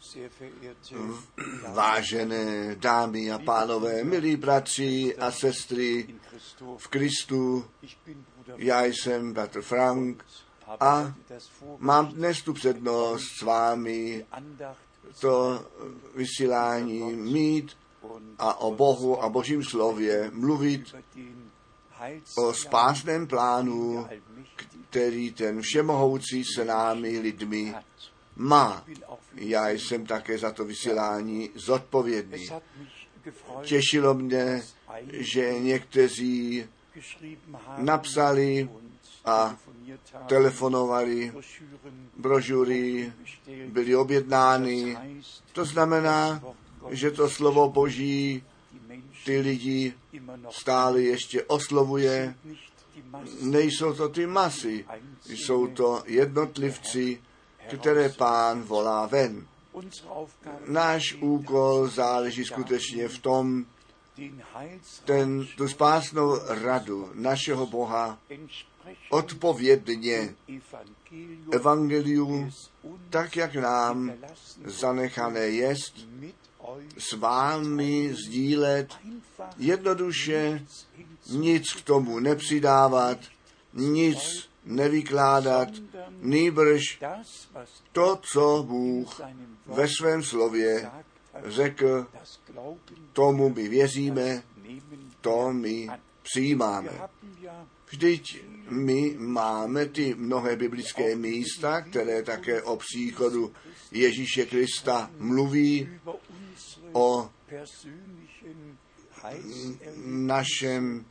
Vážené dámy a pánové, milí bratři a sestry v Kristu, já jsem bratr Frank a mám dnes tu přednost s vámi to vysílání mít a o Bohu a Božím slově mluvit, o spásném plánu, který ten všemohoucí se námi lidmi má. Já jsem také za to vysílání zodpovědný. Těšilo mě, že někteří napsali a telefonovali, brožury byly objednány. To znamená, že to slovo Boží ty lidi stále ještě oslovuje. Nejsou to ty masy, jsou to jednotlivci, které Pán volá ven. Náš úkol záleží skutečně v tom, tu spásnou radu našeho Boha odpovědně evangeliu, tak jak nám zanechané jest, s vámi sdílet, jednoduše nic k tomu nepřidávat, nic nevykládat, nýbrž to, co Bůh ve svém slově řekl, tomu my věříme, to my přijímáme. Vždyť my máme ty mnohé biblické místa, které také o příchodu Ježíše Krista mluví, o našem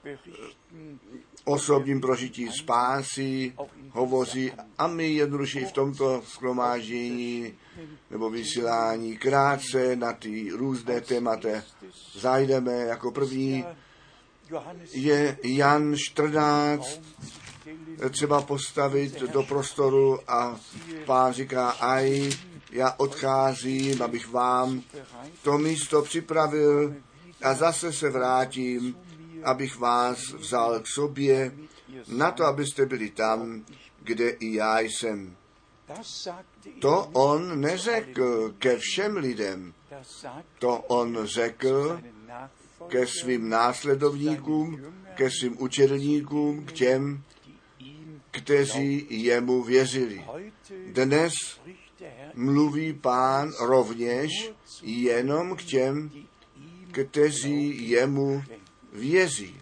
osobním prožití spásy hovoří a my jednoduše v tomto shromáždění nebo vysílání krátce na ty různé témata zajdeme. Jako první je Jan 14 třeba postavit do prostoru a Pán říká, já odcházím, abych vám to místo připravil a zase se vrátím, abych vás vzal k sobě, na to, abyste byli tam, kde i já jsem. To on neřekl ke všem lidem, to on řekl ke svým následovníkům, ke svým učedníkům, k těm, kteří jemu věřili. Dnes mluví Pán rovněž jenom k těm, kteří jemu věří,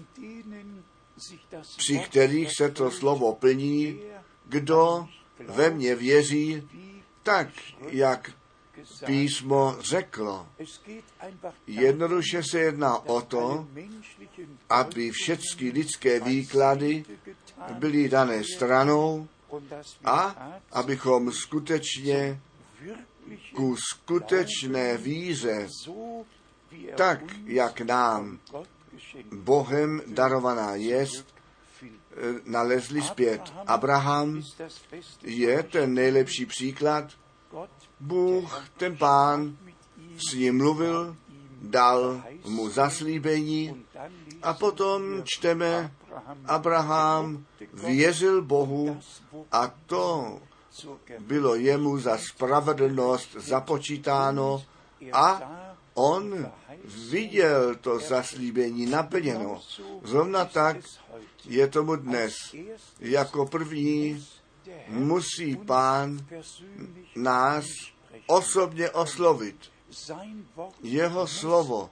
při kterých se to slovo plní, kdo ve mně věří, tak, jak písmo řeklo. Jednoduše se jedná o to, aby všechny lidské výklady byly dané stranou a abychom skutečně ku skutečné víře, tak, jak nám Bohem darovaná jest, nalezli zpět. Abraham je ten nejlepší příklad. Bůh, ten Pán, s ním mluvil, dal mu zaslíbení a potom čteme, Abraham věřil Bohu a to bylo jemu za spravedlnost započítáno a on viděl to zaslíbení naplněno. Zrovna tak je tomu dnes. Jako první musí Pán nás osobně oslovit. Jeho slovo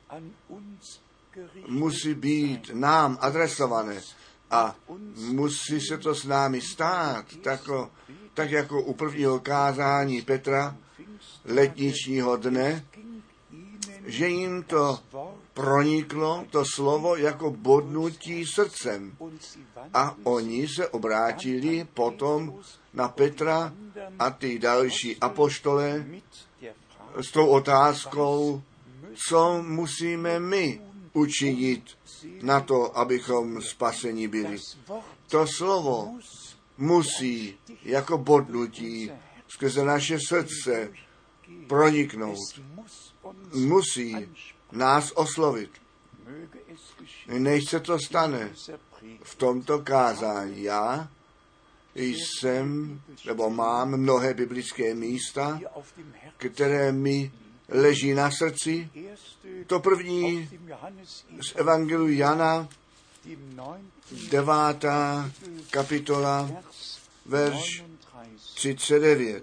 musí být nám adresované a musí se to s námi stát, tak jako u prvního kázání Petra letničního dne, že jim to proniklo, to slovo, jako bodnutí srdcem. A oni se obrátili potom na Petra a ty další apoštole s tou otázkou, co musíme my učinit na to, abychom spaseni byli. To slovo musí jako bodnutí skrze naše srdce proniknout. Musí nás oslovit. Než se to stane v tomto kázání, já jsem, nebo mám mnohé biblické místa, které mi leží na srdci. To první z Evangeliu Jana, 9. kapitola, verš 39.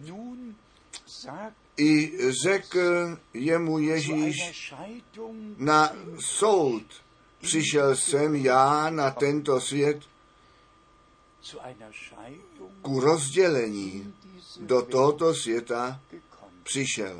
I řekl jemu Ježíš, na soud přišel jsem já na tento svět, ku rozdělení do tohoto světa přišel,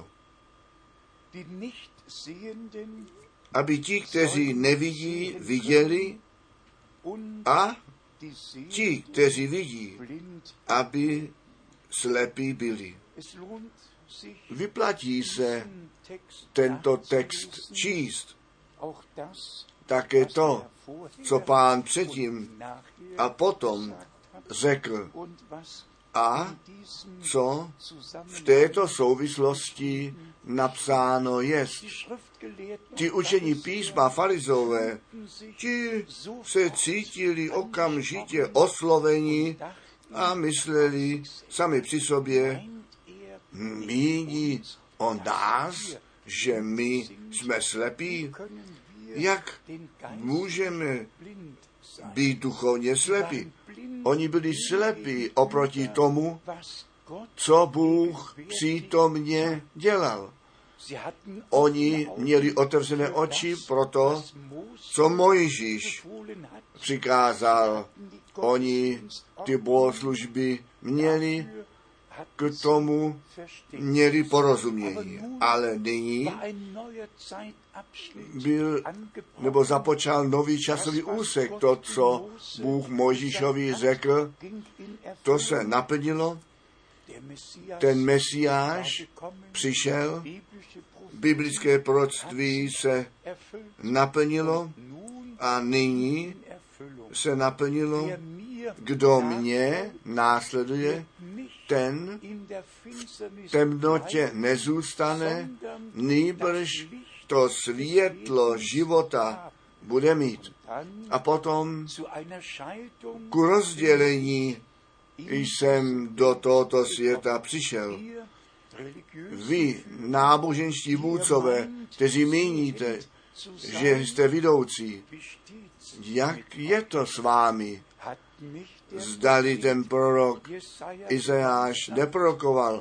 aby ti, kteří nevidí, viděli, a ti, kteří vidí, aby slepí byli. Vyplatí se tento text číst. Také to, co Pán předtím a potom řekl a co v této souvislosti napsáno jest. Ti učení písma farizové, ti se cítili okamžitě osloveni a mysleli sami při sobě, míní o nás, že my jsme slepí. Jak můžeme být duchovně slepí? Oni byli slepí oproti tomu, co Bůh přítomně dělal. Oni měli otevřené oči pro to, co Mojžíš přikázal. Oni ty bohoslužby měli, k tomu měli porozumění. Ale nyní započal nový časový úsek. To, co Bůh Mojžíšovi řekl, to se naplnilo. Ten Mesiáš přišel, biblické proroctví se naplnilo a nyní se naplnilo, kdo mě následuje, ten v temnotě nezůstane, nýbrž to světlo života bude mít. A potom ku rozdělení jsem do tohoto světa přišel. Vy, náboženští vůdcové, kteří míníte, že jste vidoucí, jak je to s vámi? Zdali ten prorok Izajáš neprorokoval,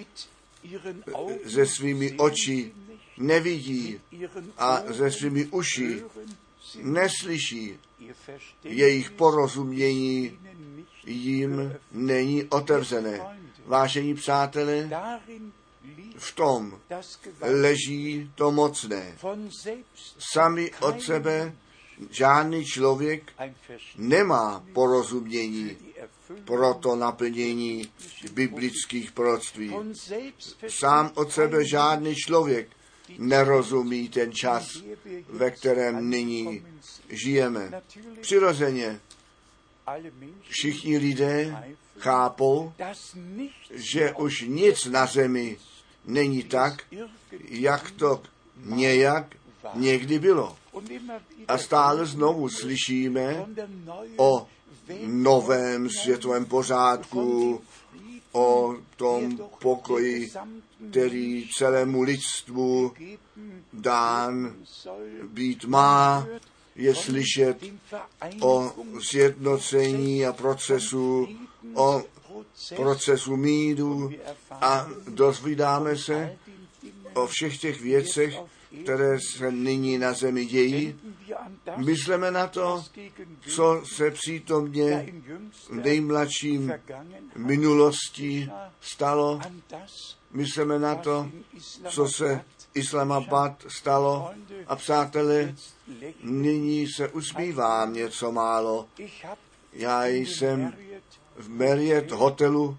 ze svými oči nevidí a ze svými uši neslyší. Jejich porozumění jim není otevřené. Vážení přátelé, v tom leží to mocné. Sami od sebe žádný člověk nemá porozumění pro to naplnění biblických proroctví. Sám od sebe žádný člověk nerozumí ten čas, ve kterém nyní žijeme. Přirozeně všichni lidé chápou, že už nic na zemi není tak, jak to nějak někdy bylo. A stále znovu slyšíme o novém světovém pořádku, o tom pokoji, který celému lidstvu dán být má, je slyšet o sjednocení a o procesu míru a dozvídáme se o všech těch věcech, které se nyní na zemi dějí. Myslíme na to, co se přítomně v nejmladším minulosti stalo. Myslíme na to, co se Islamabad stalo. A přátelé, nyní se usmívám něco málo. Já jsem v Marriott hotelu,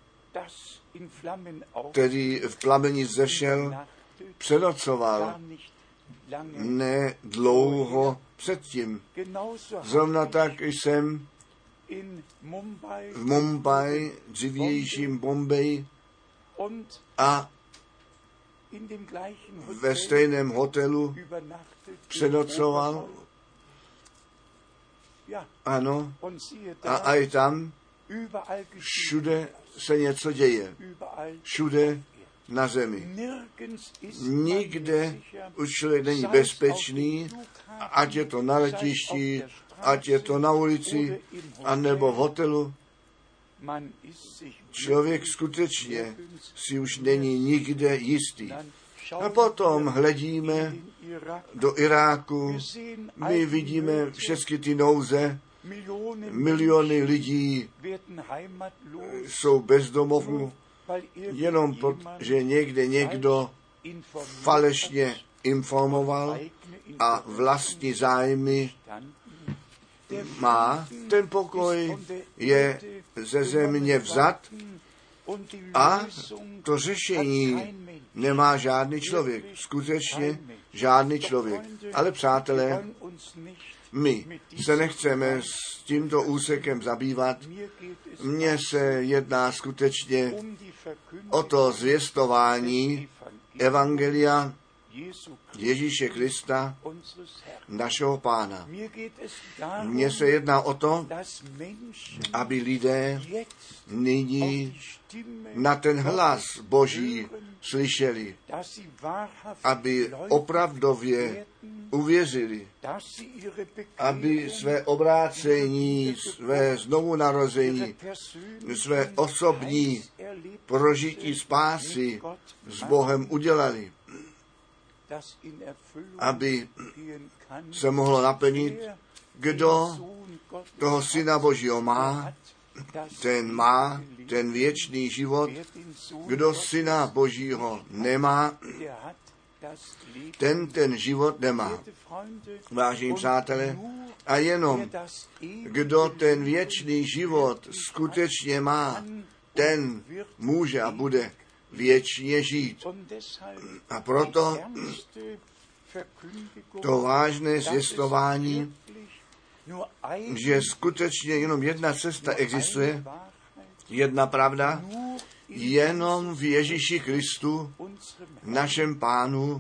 který v plameni zešel, přenocoval ne dlouho předtím. Zrovna tak jsem v Mumbai, dřívějším Bombay, a ve stejném hotelu přenocoval. Ano, a i tam Všude se něco děje. Všude na zemi. Nikde už člověk není bezpečný, ať je to na letišti, ať je to na ulici, anebo v hotelu. Člověk skutečně si už není nikde jistý. A potom hledíme do Iráku, my vidíme všechny ty nouze, miliony lidí jsou bez domovů, jenom protože někde někdo falešně informoval a vlastní zájmy má. Ten pokoj je ze země vzat a to řešení nemá žádný člověk. Skutečně žádný člověk. Ale přátelé, my se nechceme s tímto úsekem zabývat. Mně se jedná skutečně o to zvěstování evangelia Ježíše Krista, našeho Pána. Mně se jedná o to, aby lidé nyní na ten hlas Boží slyšeli, aby opravdově uvěřili, aby své obrácení, své znovunarození, své osobní prožití spásy s Bohem udělali, aby se mohlo naplnit, kdo toho Syna Božího má ten věčný život. Kdo Syna Božího nemá, ten život nemá. Vážení přátelé, a jenom kdo ten věčný život skutečně má, ten může a bude věčně žít. A proto to vážné zvěstování, že skutečně jenom jedna cesta existuje, jedna pravda, jenom v Ježíši Kristu, našem Pánu,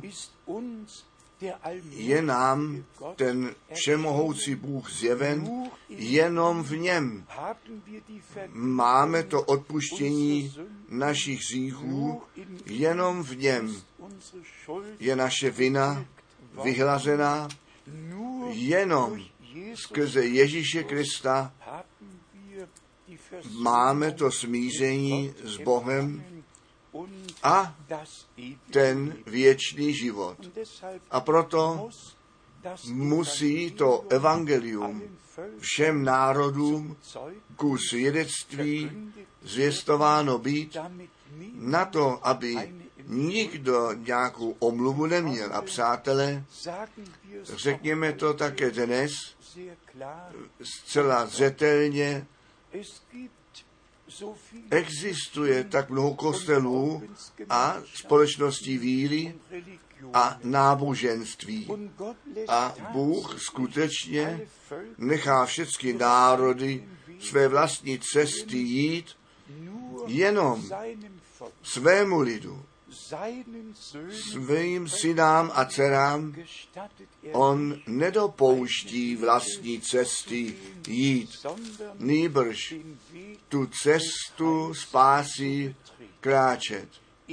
je nám ten všemohoucí Bůh zjeven, jenom v něm máme to odpuštění našich hříchů, jenom v něm je naše vina vyhlazená, jenom skrze Ježíše Krista máme to smíření s Bohem a ten věčný život. A proto musí to evangelium všem národům ku svědectví zvěstováno být, na to, aby nikdo nějakou omluvu neměl. A přátelé, řekněme to také dnes zcela zřetelně, existuje tak mnoho kostelů a společností víry a náboženství. A Bůh skutečně nechá všechny národy své vlastní cesty jít, jenom svému lidu, svým synám a dcerám on nedopouští vlastní cesty jít, nýbrž tu cestu spásy kráčet.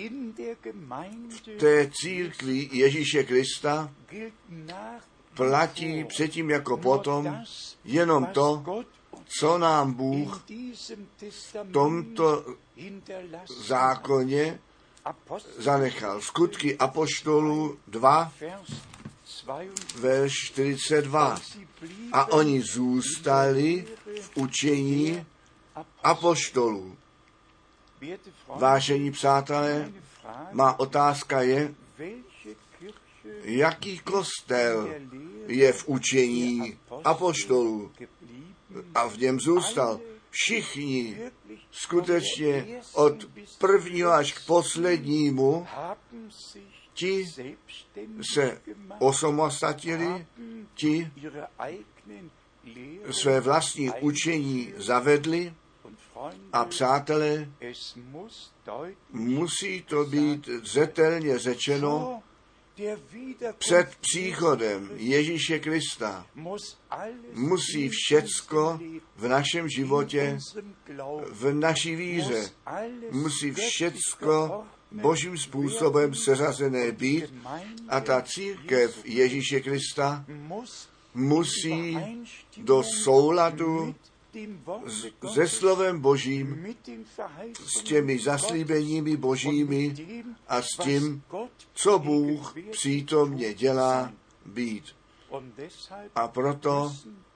V té církvi Ježíše Krista platí předtím jako potom jenom to, co nám Bůh v tomto zákoně zanechal. Skutky apoštolů 2, verš 42. A oni zůstali v učení apoštolů. Vážení přátelé, má otázka je, jaký kostel je v učení apoštolů a v něm zůstal. Všichni skutečně od prvního až k poslednímu ti se osamostatili, ti své vlastní učení zavedli a přátelé, musí to být zřetelně řečeno Před příchodem Ježíše Krista musí všecko v našem životě, v naší víře, musí všecko božím způsobem seřazené být a ta církev Ježíše Krista musí do souladu se slovem božím, s těmi zaslíbeními božími a s tím, co Bůh přítomně dělá, být. A proto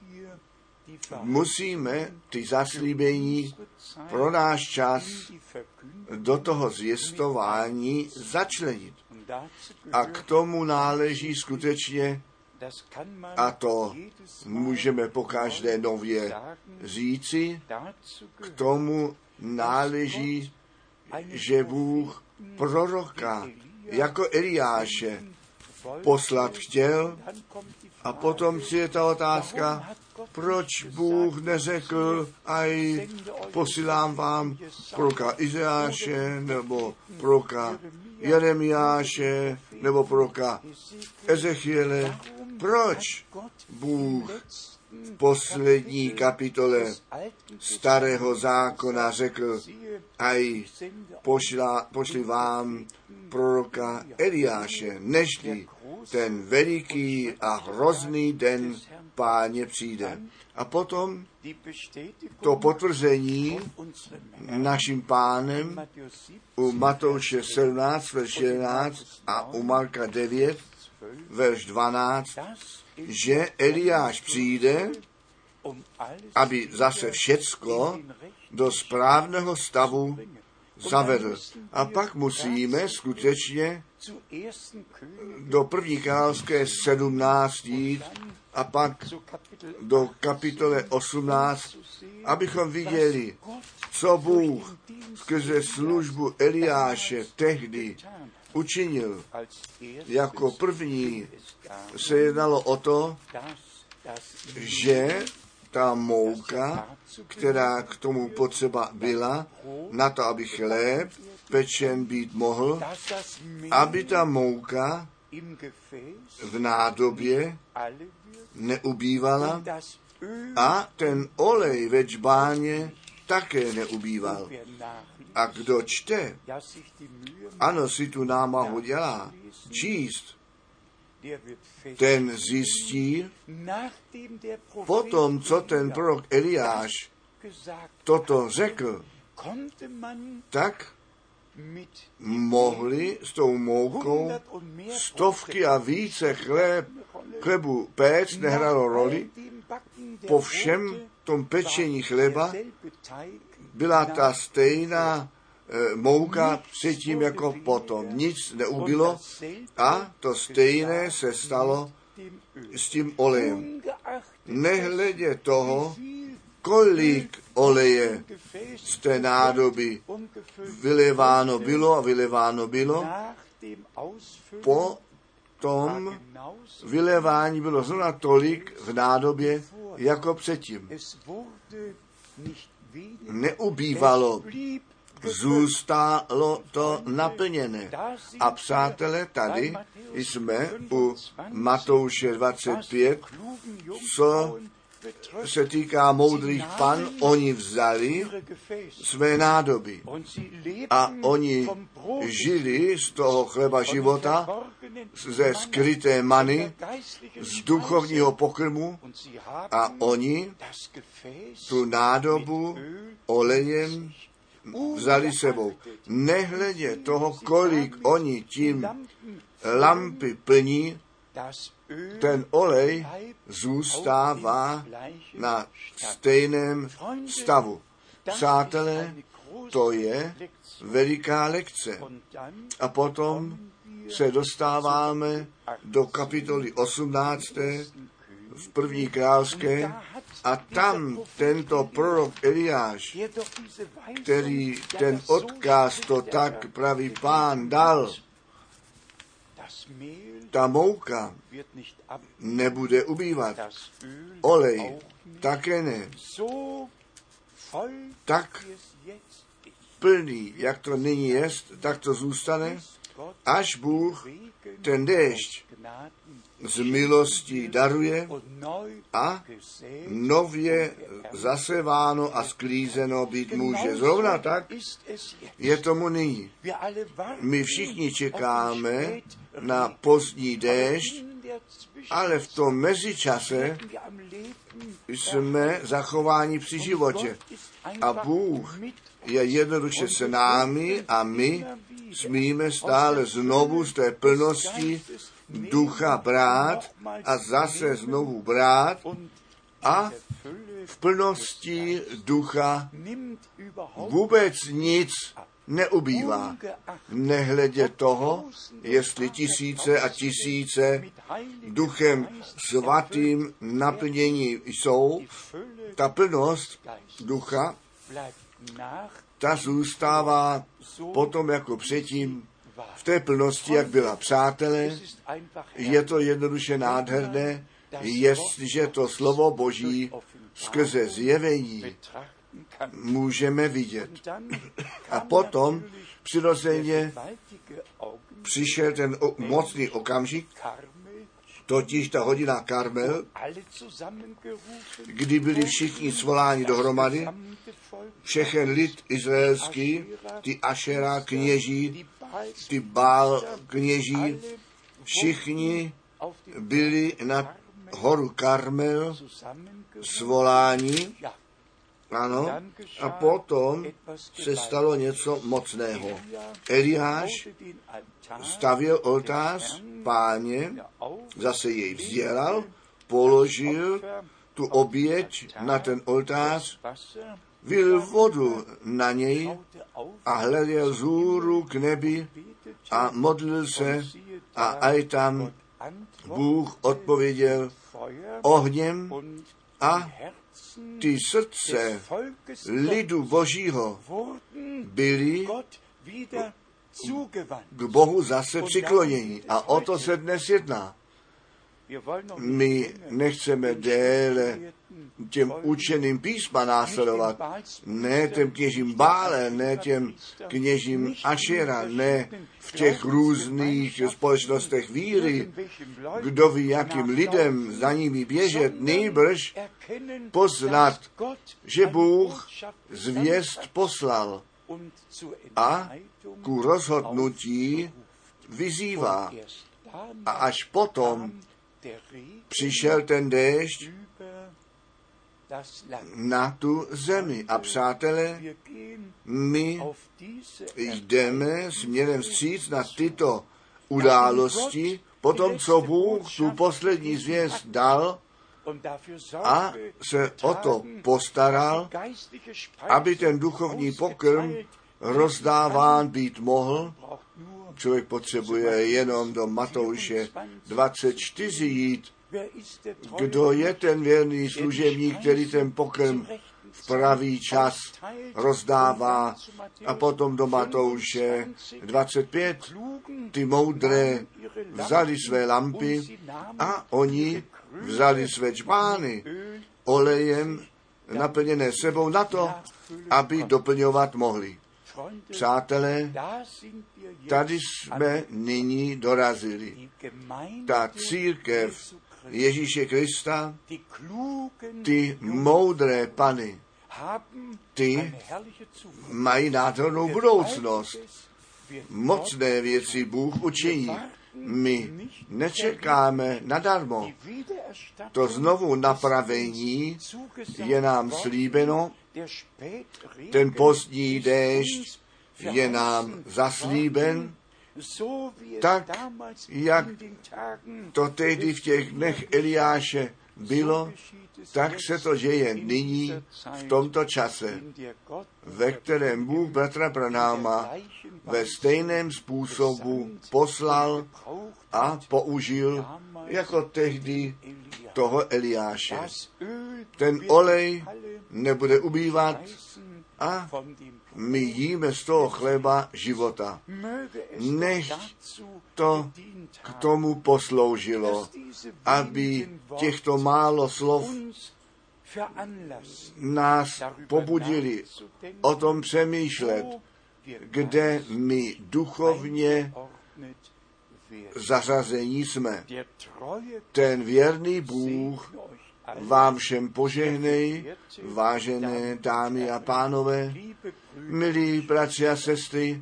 musíme ty zaslíbení pro náš čas do toho zvěstování začlenit. A k tomu náleží skutečně, a to můžeme pokaždé nově říci, k tomu náleží, že Bůh proroka jako Eliáše poslat chtěl a potom si je ta otázka, proč Bůh neřekl, aj posílám vám proroka Izajáše, nebo proroka Jeremiáše, nebo proroka Ezechiele. Proč Bůh v poslední kapitole Starého zákona řekl, aj pošli vám proroka Eliáše, nežli ten veliký a hrozný den Páně přijde. A potom to potvrzení naším Pánem u Matouše 17, verš 11 a u Marka 9, verš 12, že Eliáš přijde, aby zase všecko do správného stavu zavedl. A pak musíme skutečně do 1. královské 17 jít a pak do kapitole 18, abychom viděli, co Bůh skrze službu Eliáše tehdy učinil. Jako první se jednalo o to, že ta mouka, která k tomu potřeba byla, na to, aby chléb pečen být mohl, aby ta mouka v nádobě neubývala a ten olej ve džbáně také neubýval. A kdo čte, ano, si tu námahu dělá, číst, ten zjistí, potom, co ten prorok Eliáš toto řekl, tak mohli s tou moukou stovky a více chlebu péct, nehralo roli. Po všem tom pečení chleba byla ta stejná mouka předtím jako potom. Nic neubylo a to stejné se stalo s tím olejem. Nehledě toho, kolik oleje z té nádoby vyleváno bylo, po tom vylevání bylo zrovna tolik v nádobě jako předtím. Neubývalo, zůstalo to naplněné. A přátelé, tady jsme u Matouše 25, co se týká moudrých pan, oni vzali své nádoby a oni žili z toho chleba života, ze skryté many, z duchovního pokrmu a oni tu nádobu olejem vzali sebou. Nehledě toho, kolik oni tím lampy plní, ten olej zůstává na stejném stavu. Přátelé, to je veliká lekce. A potom se dostáváme do kapitoly 18. v 1. královské a tam tento prorok Eliáš, který ten odkaz to tak pravý Pán dal, ta mouka nebude ubývat, olej také ne. Tak plný, jak to nyní jest, tak to zůstane, až Bůh ten déšť z milosti daruje a nově zaseváno a sklízeno být může. Zrovna tak je tomu nyní. My všichni čekáme na pozdní déšť, ale v tom mezičase jsme zachováni při životě. A Bůh je jednoduše s námi a my smíme stále znovu z té plnosti ducha brát a zase znovu brát a v plnosti ducha vůbec nic neubývá. Nehledě toho, jestli tisíce a tisíce duchem svatým naplnění jsou, ta plnost ducha, ta zůstává potom jako předtím v té plnosti, jak byla. Přátelé, je to jednoduše nádherné, jestliže to slovo Boží skrze zjevení můžeme vidět. A potom přirozeně přišel ten mocný okamžik, totiž ta hodina Karmel, kdy byli všichni svoláni dohromady, všechen lid izraelský, ty Ašera kněží, ty Bál kněží, všichni byli na horu Karmel svoláni. Ano, a potom se stalo něco mocného. Eliáš stavěl oltář Páně, zase jej vzdělal, položil tu oběť na ten oltář, vylil vodu na něj a hleděl vzhůru k nebi a modlil se a aj tam Bůh odpověděl ohněm a ty srdce lidu Božího byly k Bohu zase přiklonění. A o to se dnes jedná. My nechceme déle těm učeným písma následovat, ne těm kněžím Bále, ne těm kněžím Ašera, ne v těch různých společnostech víry, kdo ví, jakým lidem za nimi běžet, nýbrž poznat, že Bůh zvěst poslal a ku rozhodnutí vyzývá. A až potom přišel ten déšť na tu zemi. A přátelé, my jdeme směrem vstříc na tyto události, potom co Bůh tu poslední zvěst dal a se o to postaral, aby ten duchovní pokrm rozdáván být mohl. Člověk potřebuje jenom do Matouše 24 jít. Kdo je ten věrný služebník, který ten pokrm v pravý čas rozdává? A potom do Matouše 25 ty moudré vzali své lampy a oni vzali své čbány olejem naplněné sebou na to, aby doplňovat mohli. Přátelé, tady jsme nyní dorazili. Ta církev Ježíše Krista, ty moudré pany, ty mají nádhernou budoucnost. Mocné věci Bůh učiní. My nečekáme nadarmo. To znovu napravení je nám slíbeno, ten pozdní déšť je nám zaslíben, tak, jak to tehdy v těch dnech Eliáše bylo, tak se to děje nyní v tomto čase, ve kterém Bůh bratra Branhama ve stejném způsobu poslal a použil jako tehdy toho Eliáše. Ten olej nebude ubývat a my jíme z toho chleba života. Nech to k tomu posloužilo, aby těchto málo slov nás pobudili o tom přemýšlet, kde my duchovně zařazení jsme. Ten věrný Bůh vám všem požehnej, vážené dámy a pánové, milí bratři a sestry.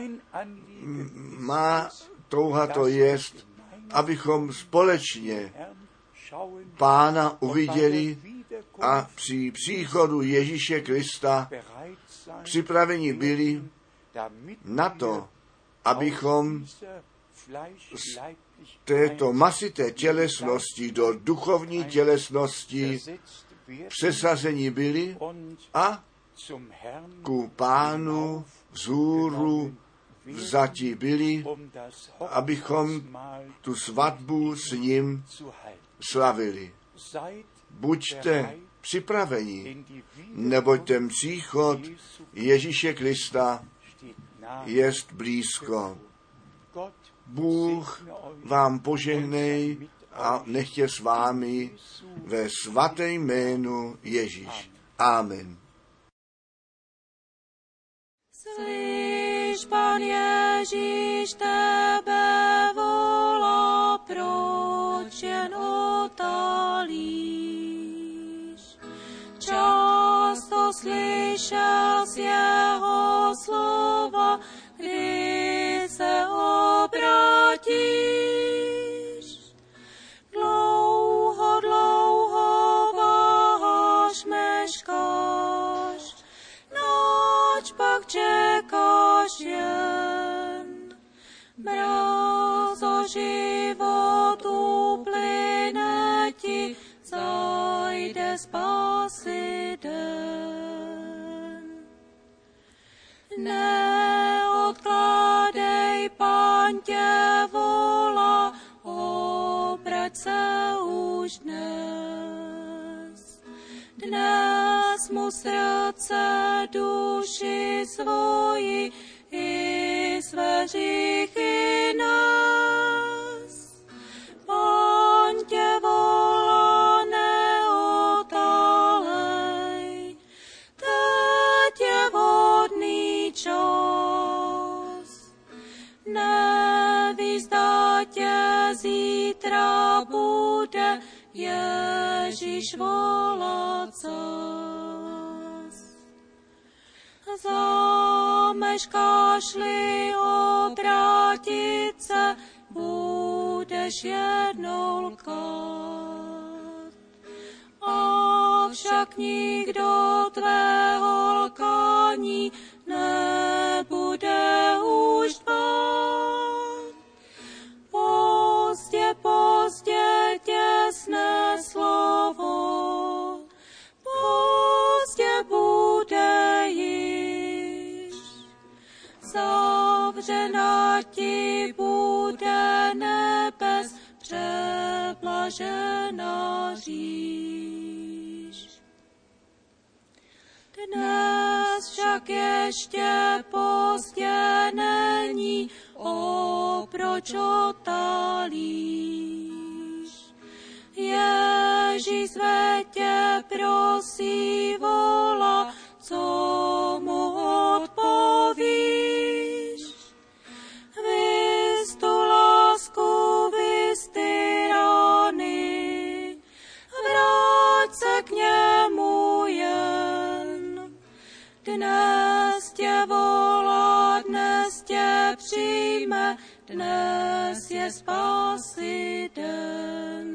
Má touha to jest, abychom společně Pána uviděli a při příchodu Ježíše Krista připraveni byli na to, abychom z této masité tělesnosti do duchovní tělesnosti přesazeni byli a ku Pánu vzhůru vzati byli, abychom tu svatbu s ním slavili. Buďte připraveni, neboť ten příchod Ježíše Krista jest blízko. Bůh vám požehnej a nechtě s vámi ve svatém jménu Ježíš. Amen. Slyš, Pán Ježíš, tebe volá, proč jen otálíš? Často slyšel z jeho slova, kdy se obrátíš. Dlouho, dlouho váháš, meškáš, noč pak čekáš jen. Brzo život uplyne ti, zajde spásy den. Neodkládej, Pán tě volá, obrať se už dnes. Dnes mu srdce duši svoji i své hříchy nes. Pán tě volá, neotálej, teď je vhodný čas. Nevíš, zda tě zítra bude Ježíš volat zas. Zameškáš-li obrátit se, budeš jednou lkát. Avšak nikdo tvého lkání nebude už dbát. Pozdě, pozdě těsné slovo, pozdě bude již. Zavřena ti bude nebes, přeblažená říš. Dnes však ještě pozdě není, proč otálíš? Ježíš zve tě, prosí, volá, co mu odpovíš? Vys tu lásku, vys ty rany, vrať se k němu jen. Dnes tě volá, dnes tě přijme, dnes je spásy den.